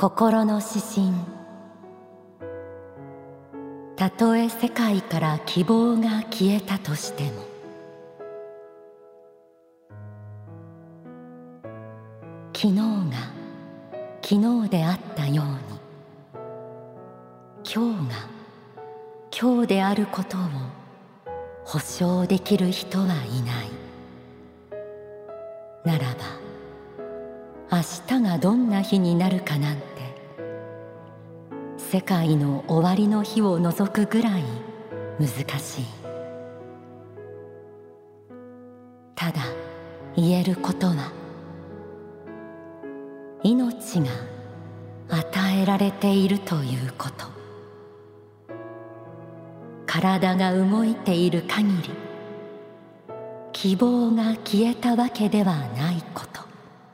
心の指針。たとえ世界から希望が消えたとしても、昨日が昨日であったように、今日が今日であることを保証できる人はいない。ならば明日がどんな日になるかなんて、世界の終わりの日を除くぐらい難しい。ただ言えることは、命が与えられているということ。体が動いている限り、希望が消えたわけではないこと。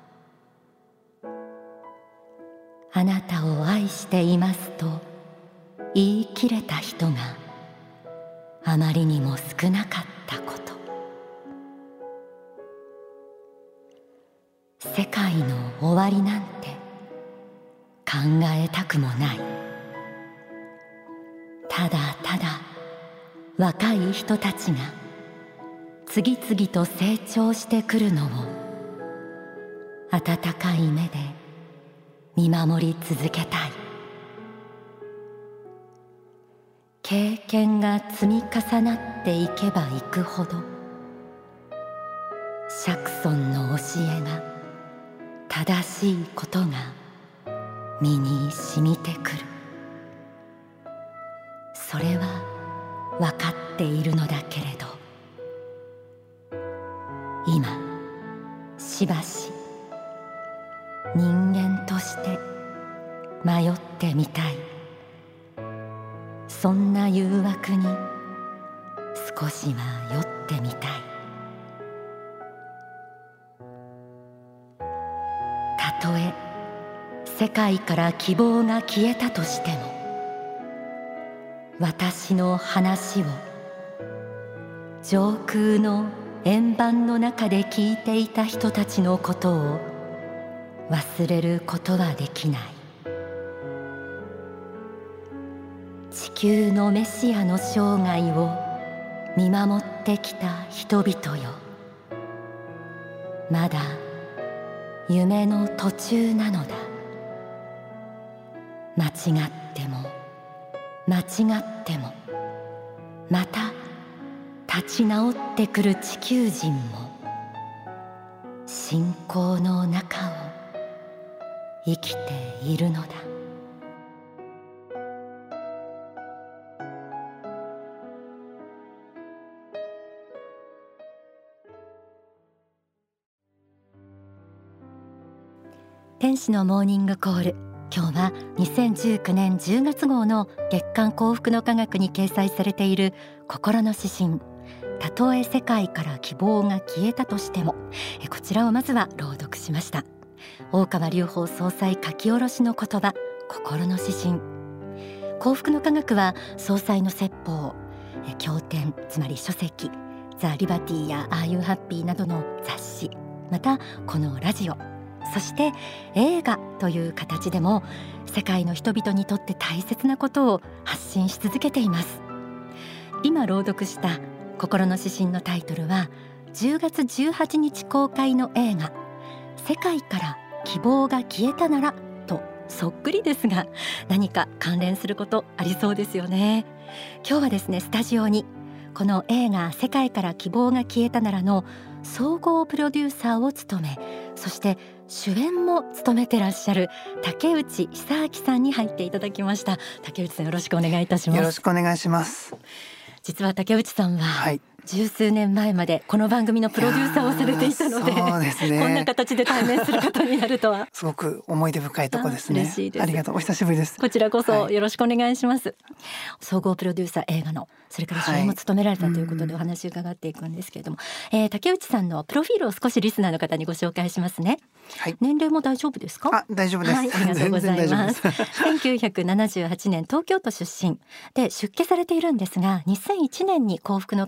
あなたを愛していますと言い切れた人があまりにも少なかったこと。世界の終わりなんて考えたくもない。ただただ若い人たちが次々と成長してくるのを温かい目で見守り続けたい。経験が積み重なっていけばいくほど、釈尊の教えが正しいことが身に染みてくる。それは分かっているのだけれど、今しばし人間として迷ってみたい。そんな誘惑に少しは酔ってみたい。たとえ世界から希望が消えたとしても、私の話を上空の円盤の中で聞いていた人たちのことを忘れることはできない。地球のメシアの生涯を見守ってきた人々よ、まだ夢の途中なのだ。間違っても間違ってもまた立ち直ってくる地球人も、信仰の中を生きているのだ。天使のモーニングコール。今日は2019年10月号の月刊幸福の科学に掲載されている心の指針、たとえ世界から希望が消えたとしても、こちらをまずは朗読しました。大川隆法総裁書き下ろしの言葉、心の指針。幸福の科学は総裁の説法、経典、つまり書籍、ザ・リバティやAre You Happyなどの雑誌、またこのラジオ、そして映画という形でも世界の人々にとって大切なことを発信し続けています。今朗読した心の指針のタイトルは、10月18日公開の映画世界から希望が消えたならとそっくりですが、何か関連することありそうですよね。今日はですね、スタジオにこの映画世界から希望が消えたならの総合プロデューサーを務め、そして主演も務めてらっしゃる竹内久明さんに入っていただきました。竹内さん、よろしくお願いいたします。 よろしくお願いします。 実は竹内さんは、十数年前までこの番組のプロデューサーをされていたので、 そうですね、 こんな形で対面することになるとはすごく思い出深いところですね。 嬉しいです。 ありがとう、お久しぶりです。 こちらこそよろしくお願いします。総合プロデューサー、映画の、それから主演も務められたということでお話を伺っていくんですけれども、竹内さんのプロフィールを少しリスナーの方にご紹介しますね。年齢も大丈夫ですか？ 大丈夫です、 ありがとうございます。1978年東京都出身で、出家されているんですが、2001年に幸福の科学に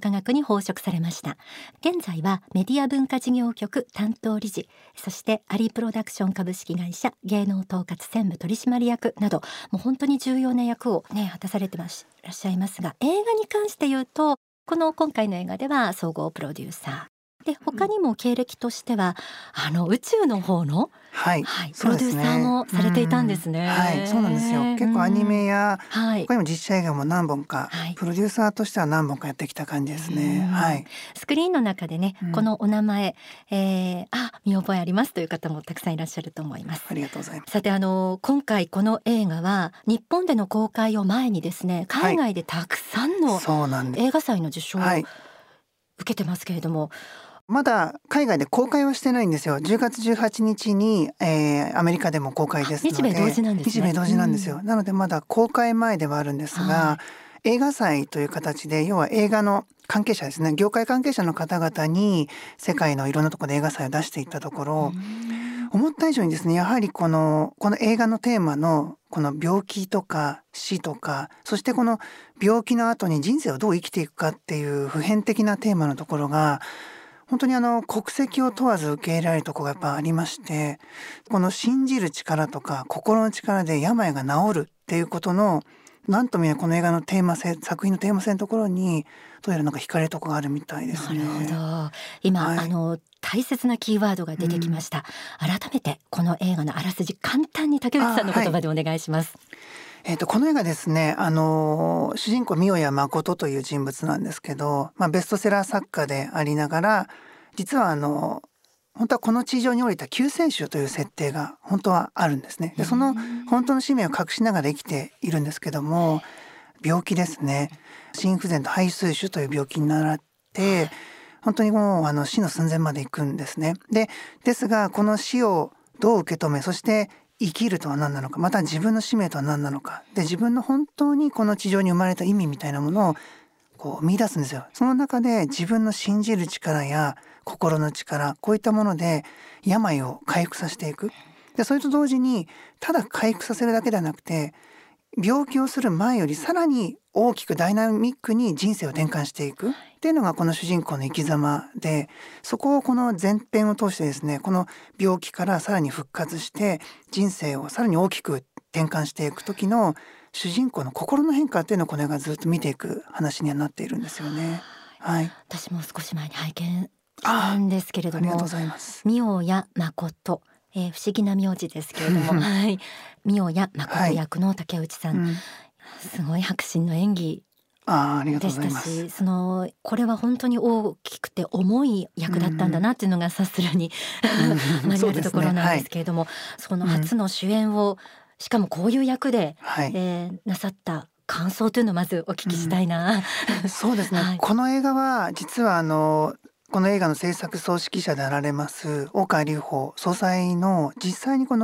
報職されました。現在はメディア文化事業局担当理事、そしてアリプロダクション株式会社芸能統括専務取締役など、もう本当に重要な役を果たされてらっしゃいますが、映画に関して言うと今回の映画では総合プロデューサーで、他にも経歴としては宇宙の方の、プロデューサーもされていたんですね。 そうなんですよ。結構アニメや、他にも実写映画も何本か、プロデューサーとしては何本かやってきた感じですね。 スクリーンの中でね、このお名前、見覚えありますという方もたくさんいらっしゃると思います。 ありがとうございます。 さて今回この映画は日本での公開を前にですね、海外でたくさんの映画祭の受賞を受けてますけれども、 まだ海外で公開はしてないんですよ。10月18日に、アメリカでも公開ですので、 日米同時なんですね。 日米同時なんですよ。なのでまだ公開前ではあるんですが、映画祭という形で、要は映画の関係者ですね、業界関係者の方々に世界のいろんなところで映画祭を出していったところ、思った以上にですね、やはりこの映画のテーマのこの病気とか死とか、そしてこの病気の後に人生をどう生きていくかっていう普遍的なテーマのところが、本当に国籍を問わず受け入れられるところがやっぱありまして、この信じる力とか心の力で病が治るっていうことの、なんとも言えないこの映画のテーマ性、作品のテーマ性のところにどうやらなんか惹かれるところがあるみたいですね。 なるほど。今、大切なキーワードが出てきました。改めてこの映画のあらすじ、簡単に竹内さんの言葉でお願いします。 この映画ですね、主人公三代誠という人物なんですけど、ベストセラー作家でありながら、実は本当はこの地上に降りた救世主という設定が本当はあるんですね。でその本当の使命を隠しながら生きているんですけども、病気ですね、心不全と肺水腫という病気にならって、本当にもう死の寸前まで行くんですね。ですがこの死をどう受け止め、そして生きるとは何なのか、また自分の使命とは何なのかで、自分の本当にこの地上に生まれた意味みたいなものを見出すんですよ。その中で自分の信じる力や心の力、こういったもので病を回復させていく。でそれと同時にただ回復させるだけではなくて、病気をする前よりさらに大きくダイナミックに人生を転換していくっていうのがこの主人公の生き様で、そこをこの前編を通してですね、この病気からさらに復活して人生をさらに大きく転換していく時の主人公の心の変化っていうのをこの映画ずっと見ていく話にはなっているんですよね。 私も少し前に拝見したんですけれども、 ありがとうございます。 三代誠、不思議な名字ですけれども三代誠役の竹内さん、すごい迫真の演技でしたし、これは本当に大きくて重い役だったんだなっていうのが察するに間に合うところなんですけれども、その初の主演をしかもこういう役で、なさった感想というのをまずお聞きしたいな。 そうですね、この映画は実はこの映画の制作総指揮者であられます大川隆法総裁の実際にこの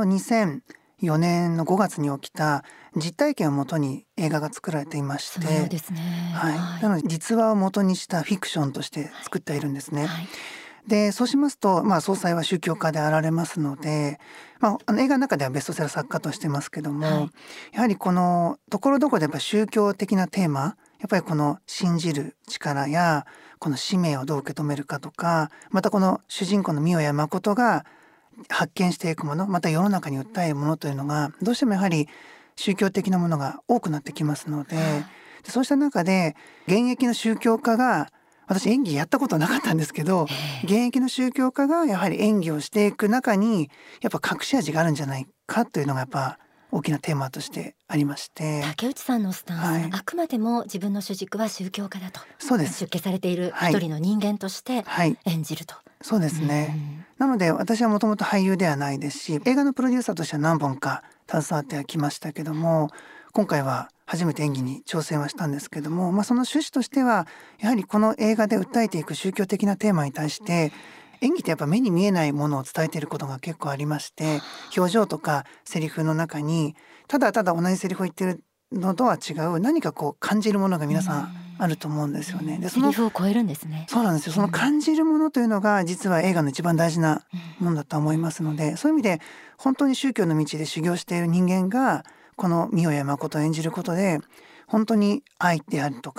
2004年の5月に起きた実体験をもとに映画が作られていまして、 そうですね、 なので実話をもとにしたフィクションとして作っているんですね。でそうしますと、総裁は宗教家であられますので、映画の中ではベストセラー作家としてますけども、やはりこのところどころでやっぱ宗教的なテーマ、やっぱりこの信じる力やこの使命をどう受け止めるかとか、またこの主人公の三代誠が発見していくもの、また世の中に訴えるものというのがどうしてもやはり宗教的なものが多くなってきますので、そうした中で現役の宗教家が、私演技やったことなかったんですけど、現役の宗教家がやはり演技をしていく中にやっぱ隠し味があるんじゃないかというのがやっぱ大きなテーマとしてありまして、 竹内さんのスタンス、あくまでも自分の主軸は宗教家だと、 そうです、 出家されている一人の人間として演じると、 そうですね、なので私はもともと俳優ではないですし、映画のプロデューサーとしては何本か携わってはきましたけども、今回は初めて演技に挑戦はしたんですけども、その趣旨としてはやはりこの映画で訴えていく宗教的なテーマに対して演技ってやっぱ目に見えないものを伝えていることが結構ありまして、表情とかセリフの中にただただ同じセリフを言ってるのとは違う何かこう感じるものが皆さんあると思うんですよね。でセリフを超えるんですね。 そうなんですよ。その感じるものというのが実は映画の一番大事なものだと思いますので、そういう意味で本当に宗教の道で修行している人間がこの三代誠を演じることで本当に愛であるとか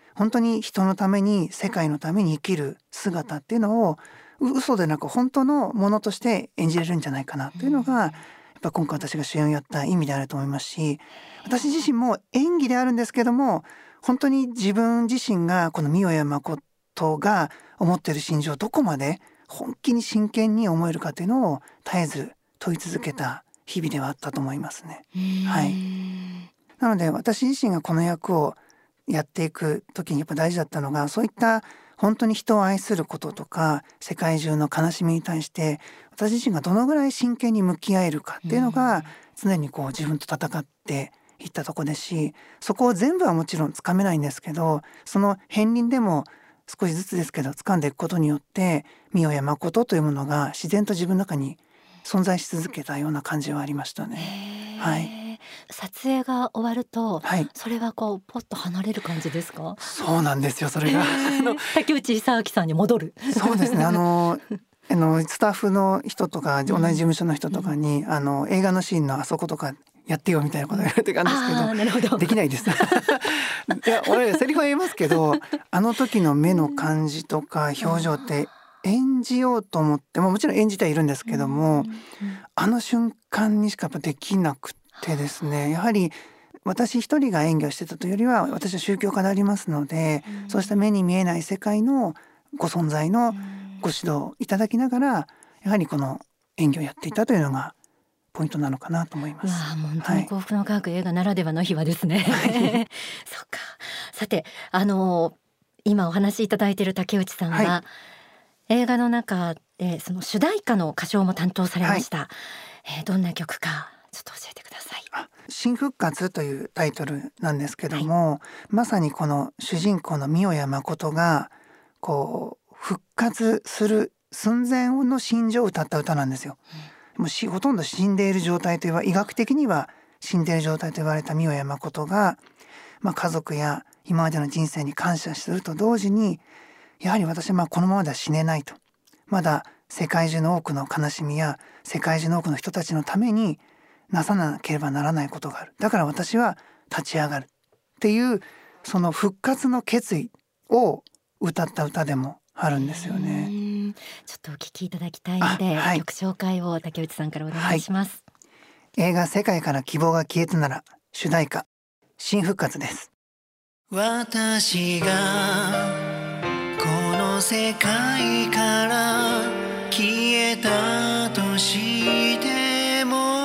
本当に人のために世界のために生きる姿っていうのを嘘でなく本当のものとして演じれるんじゃないかなっていうのが、やっぱ今回私が主演をやった意味であると思いますし、私自身も演技であるんですけども、本当に自分自身がこの三代誠が思っている心情をどこまで本気に真剣に思えるかというのを絶えず問い続けた日々ではあったと思いますね。はい。なので私自身がこの役をやっていく時にやっぱ大事だったのが、そういった本当に人を愛することとか世界中の悲しみに対して私自身がどのぐらい真剣に向き合えるかっていうのが常にこう自分と戦っていったとこですし、そこを全部はもちろんつかめないんですけど、その片鱗でも少しずつですけど掴んでいくことによって三代誠というものが自然と自分の中に存在し続けたような感じはありましたね。はい。 撮影が終わると、 はい、 それはこうポッと離れる感じですか？ そうなんですよ。それが竹内久明さんに戻る。 そうですね。スタッフの人とか同じ事務所の人とかに、映画のシーンのあそことかやってよみたいなこと言われてたんですけど、 なるほど。 できないです。いや、俺セリフは言いますけど、あの時の目の感じとか表情って演じようと思ってもちろん演じてはいるんですけども、あの瞬間にしかやっぱできなくてですね、やはり私一人が演技をしてたというよりは、私は宗教家でありますので、そうした目に見えない世界のご存在のご指導いただきながら、やはりこの演技をやっていたというのがポイントなのかなと思います。 わあ、本当に幸福の科学映画ならではの秘話ですね。そうか。さて、今お話しいただいている竹内さんは、映画の中でその主題歌の歌唱も担当されました。どんな曲かちょっと教えてください。 新復活というタイトルなんですけども、まさにこの主人公の三代誠がこう復活する寸前の心情を歌った歌なんですよ。もうほとんど死んでいる状態と医学的には死んでいる状態と言われた三代誠が、家族や今までの人生に感謝すると同時に、やはり私はこのままでは死ねないと、まだ世界中の多くの悲しみや世界中の多くの人たちのためになさなければならないことがある、だから私は立ち上がるっていう、その復活の決意を歌った歌でもあるんですよね。 ちょっとお聞きいただきたいので、曲紹介を竹内さんからお願いします。 映画世界から希望が消えたなら、主題歌新復活です。私がこの世界から消えたとしても、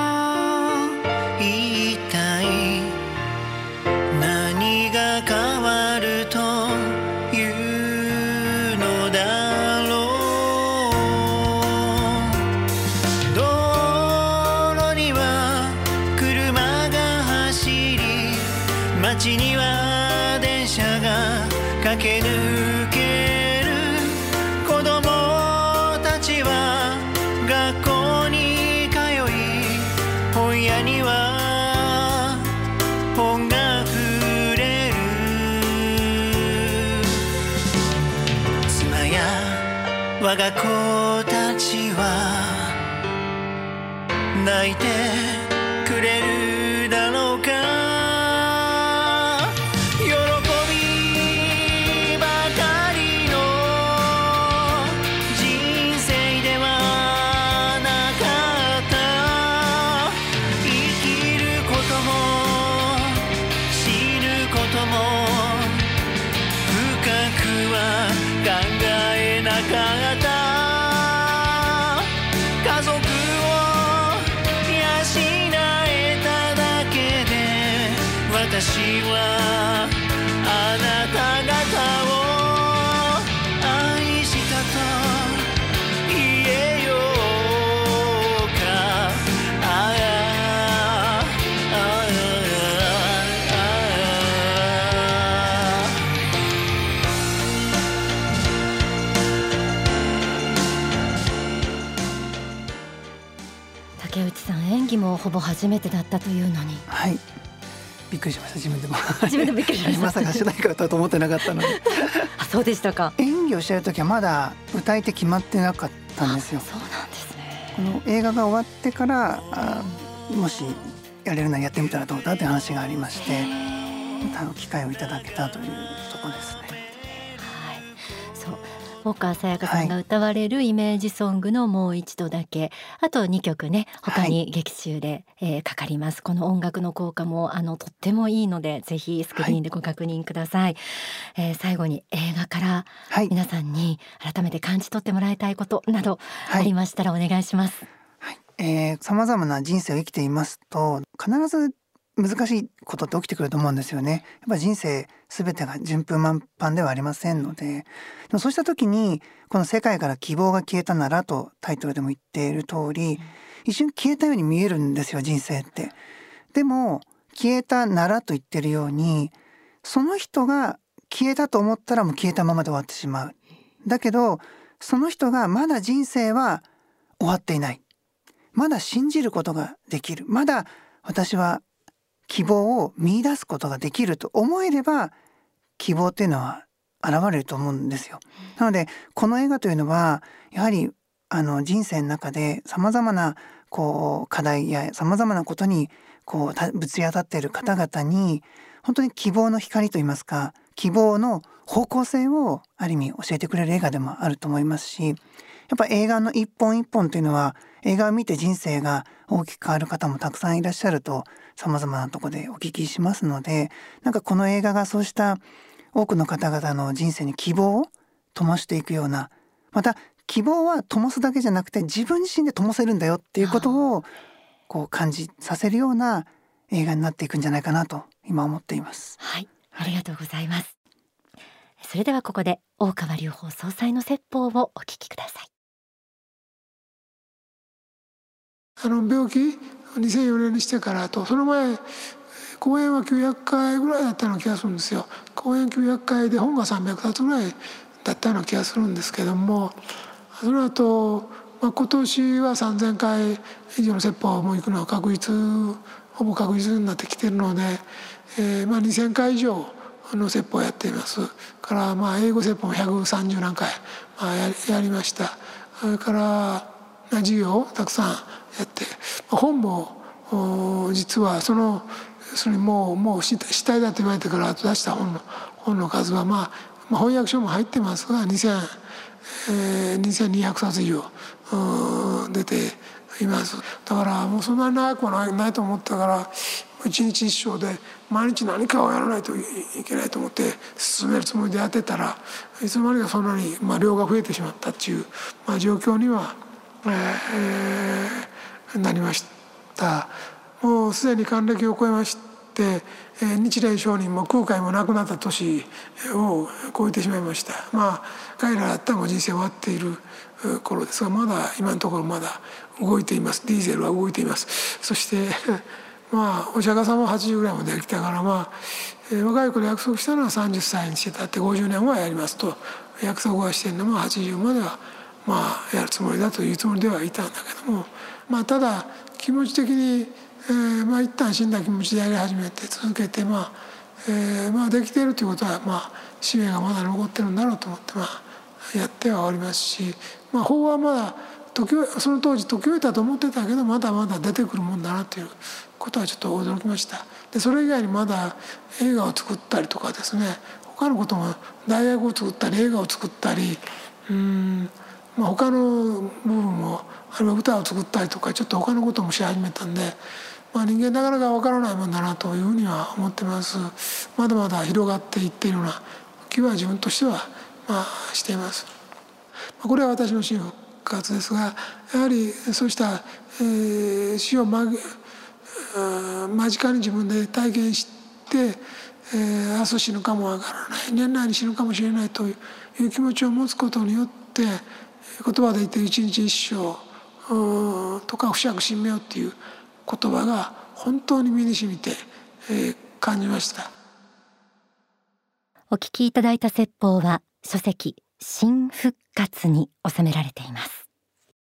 一体何が変わるというのだろう。道路には車が走り、街には電車が駆け抜ける。子供たちは学校に通い、本屋には本が触れる。妻や我が子たちは泣いてくれるだろうか。私はあなた方を愛したと言えようか。 竹内さん、演技もほぼ初めてだったというのに。 はい、びっくりしました。自分でもびっくりしました。 まさか主題歌歌うと思ってなかったのであ、そうでしたか。 演技をしている時はまだ歌い手決まってなかったんですよ。 そうなんですね。 この映画が終わってからもしやれるならやってみたらどうだって話がありまして、 機会をいただけたというところですね。 はい、そう大川さやかさんが歌われるイメージソングのもう一度だけ、あと2曲ね他に劇中で、かかります。この音楽の効果もとってもいいので、ぜひスクリーンでご確認ください。最後に映画から皆さんに改めて感じ取ってもらいたいことなどありましたらお願いします。 様々な人生を生きていますと、必ず難しいことって起きてくると思うんですよね。やっぱ人生全てが順風満帆ではありませんので、でもそうした時にこの世界から希望が消えたならとタイトルでも言っている通り、一瞬消えたように見えるんですよ、人生って。でも消えたならと言ってるように、その人が消えたと思ったらもう消えたままで終わってしまう。だけどその人がまだ人生は終わっていない、まだ信じることができる、まだ私は希望を見出すことができると思えれば、希望っていうのは現れると思うんですよ。なのでこの映画というのはやはり人生の中でさまざまな課題やさまざまなことにぶつり当たっている方々に本当に希望の光といいますか、希望の方向性をある意味教えてくれる映画でもあると思いますし、やっぱ映画の一本一本というのは、映画を見て人生が大きく変わる方もたくさんいらっしゃると様々なところでお聞きしますので、なんかこの映画がそうした多くの方々の人生に希望を灯していくような、また希望は灯すだけじゃなくて自分自身で灯せるんだよっていうことを感じさせるような映画になっていくんじゃないかなと今思っています。 はい、ありがとうございます。それではここで大川隆法総裁の説法をお聞きください。 病気2004年にしてからと、その前講演は900回ぐらいだったような気がするんですよ。講演900回で本が300冊ぐらいだったような気がするんですけども、その後、今年は3000回以上の説法も行くのはほぼ確実になってきているので、2000回以上の説法をやっていますから、英語説法も130何回、やりました。それから授業をたくさんやって、本も実はそれもう死体だと言われてから出した本の数は翻訳書も入ってますが2200冊以上出ています。だからもうそんなに長くはないと思ったから、一日一生で毎日何かをやらないといけないと思って進めるつもりでやってたら、いつの間にかそんなに量が増えてしまったっていう、状況には、なりました。もうすでに還暦を超えまして、日蓮聖人も空海も亡くなった年を超えてしまいました。彼らだったらもう人生終わっている頃ですが、まだ今のところまだ動いています。ディーゼルは動いています。そしてお釈迦様は80ぐらいまで来たから、若い頃約束したのは30歳にしてたって50年はやりますと約束はしてるのも80まではやるつもりだというつもりではいたんだけども、ただ気持ち的に、一旦死んだ気持ちでやり始めて続けてできているということは使命がまだ残ってるんだろうと思ってやってはおりますし、法はまだその当時解き終えたと思ってたけどまだまだ出てくるもんだなということはちょっと驚きました。でそれ以外にまだ映画を作ったりとかですね、他のことも大学を作ったり映画を作ったり他の部分もあるいは歌を作ったりとかちょっと他のこともし始めたんで、人間なかなか分からないもんだなというふうには思ってます。まだまだ広がっていっているような気は自分としてはしています。これは私の死の活ですが、やはりそうした、死を間近に自分で体験して、明日死ぬかもわからない、年内に死ぬかもしれないという気持ちを持つことによって、言葉で言って一日一生とか不釈神明っていう言葉が本当に身に染みて、感じました。 お聞きいただいた説法は書籍新復活に収められています。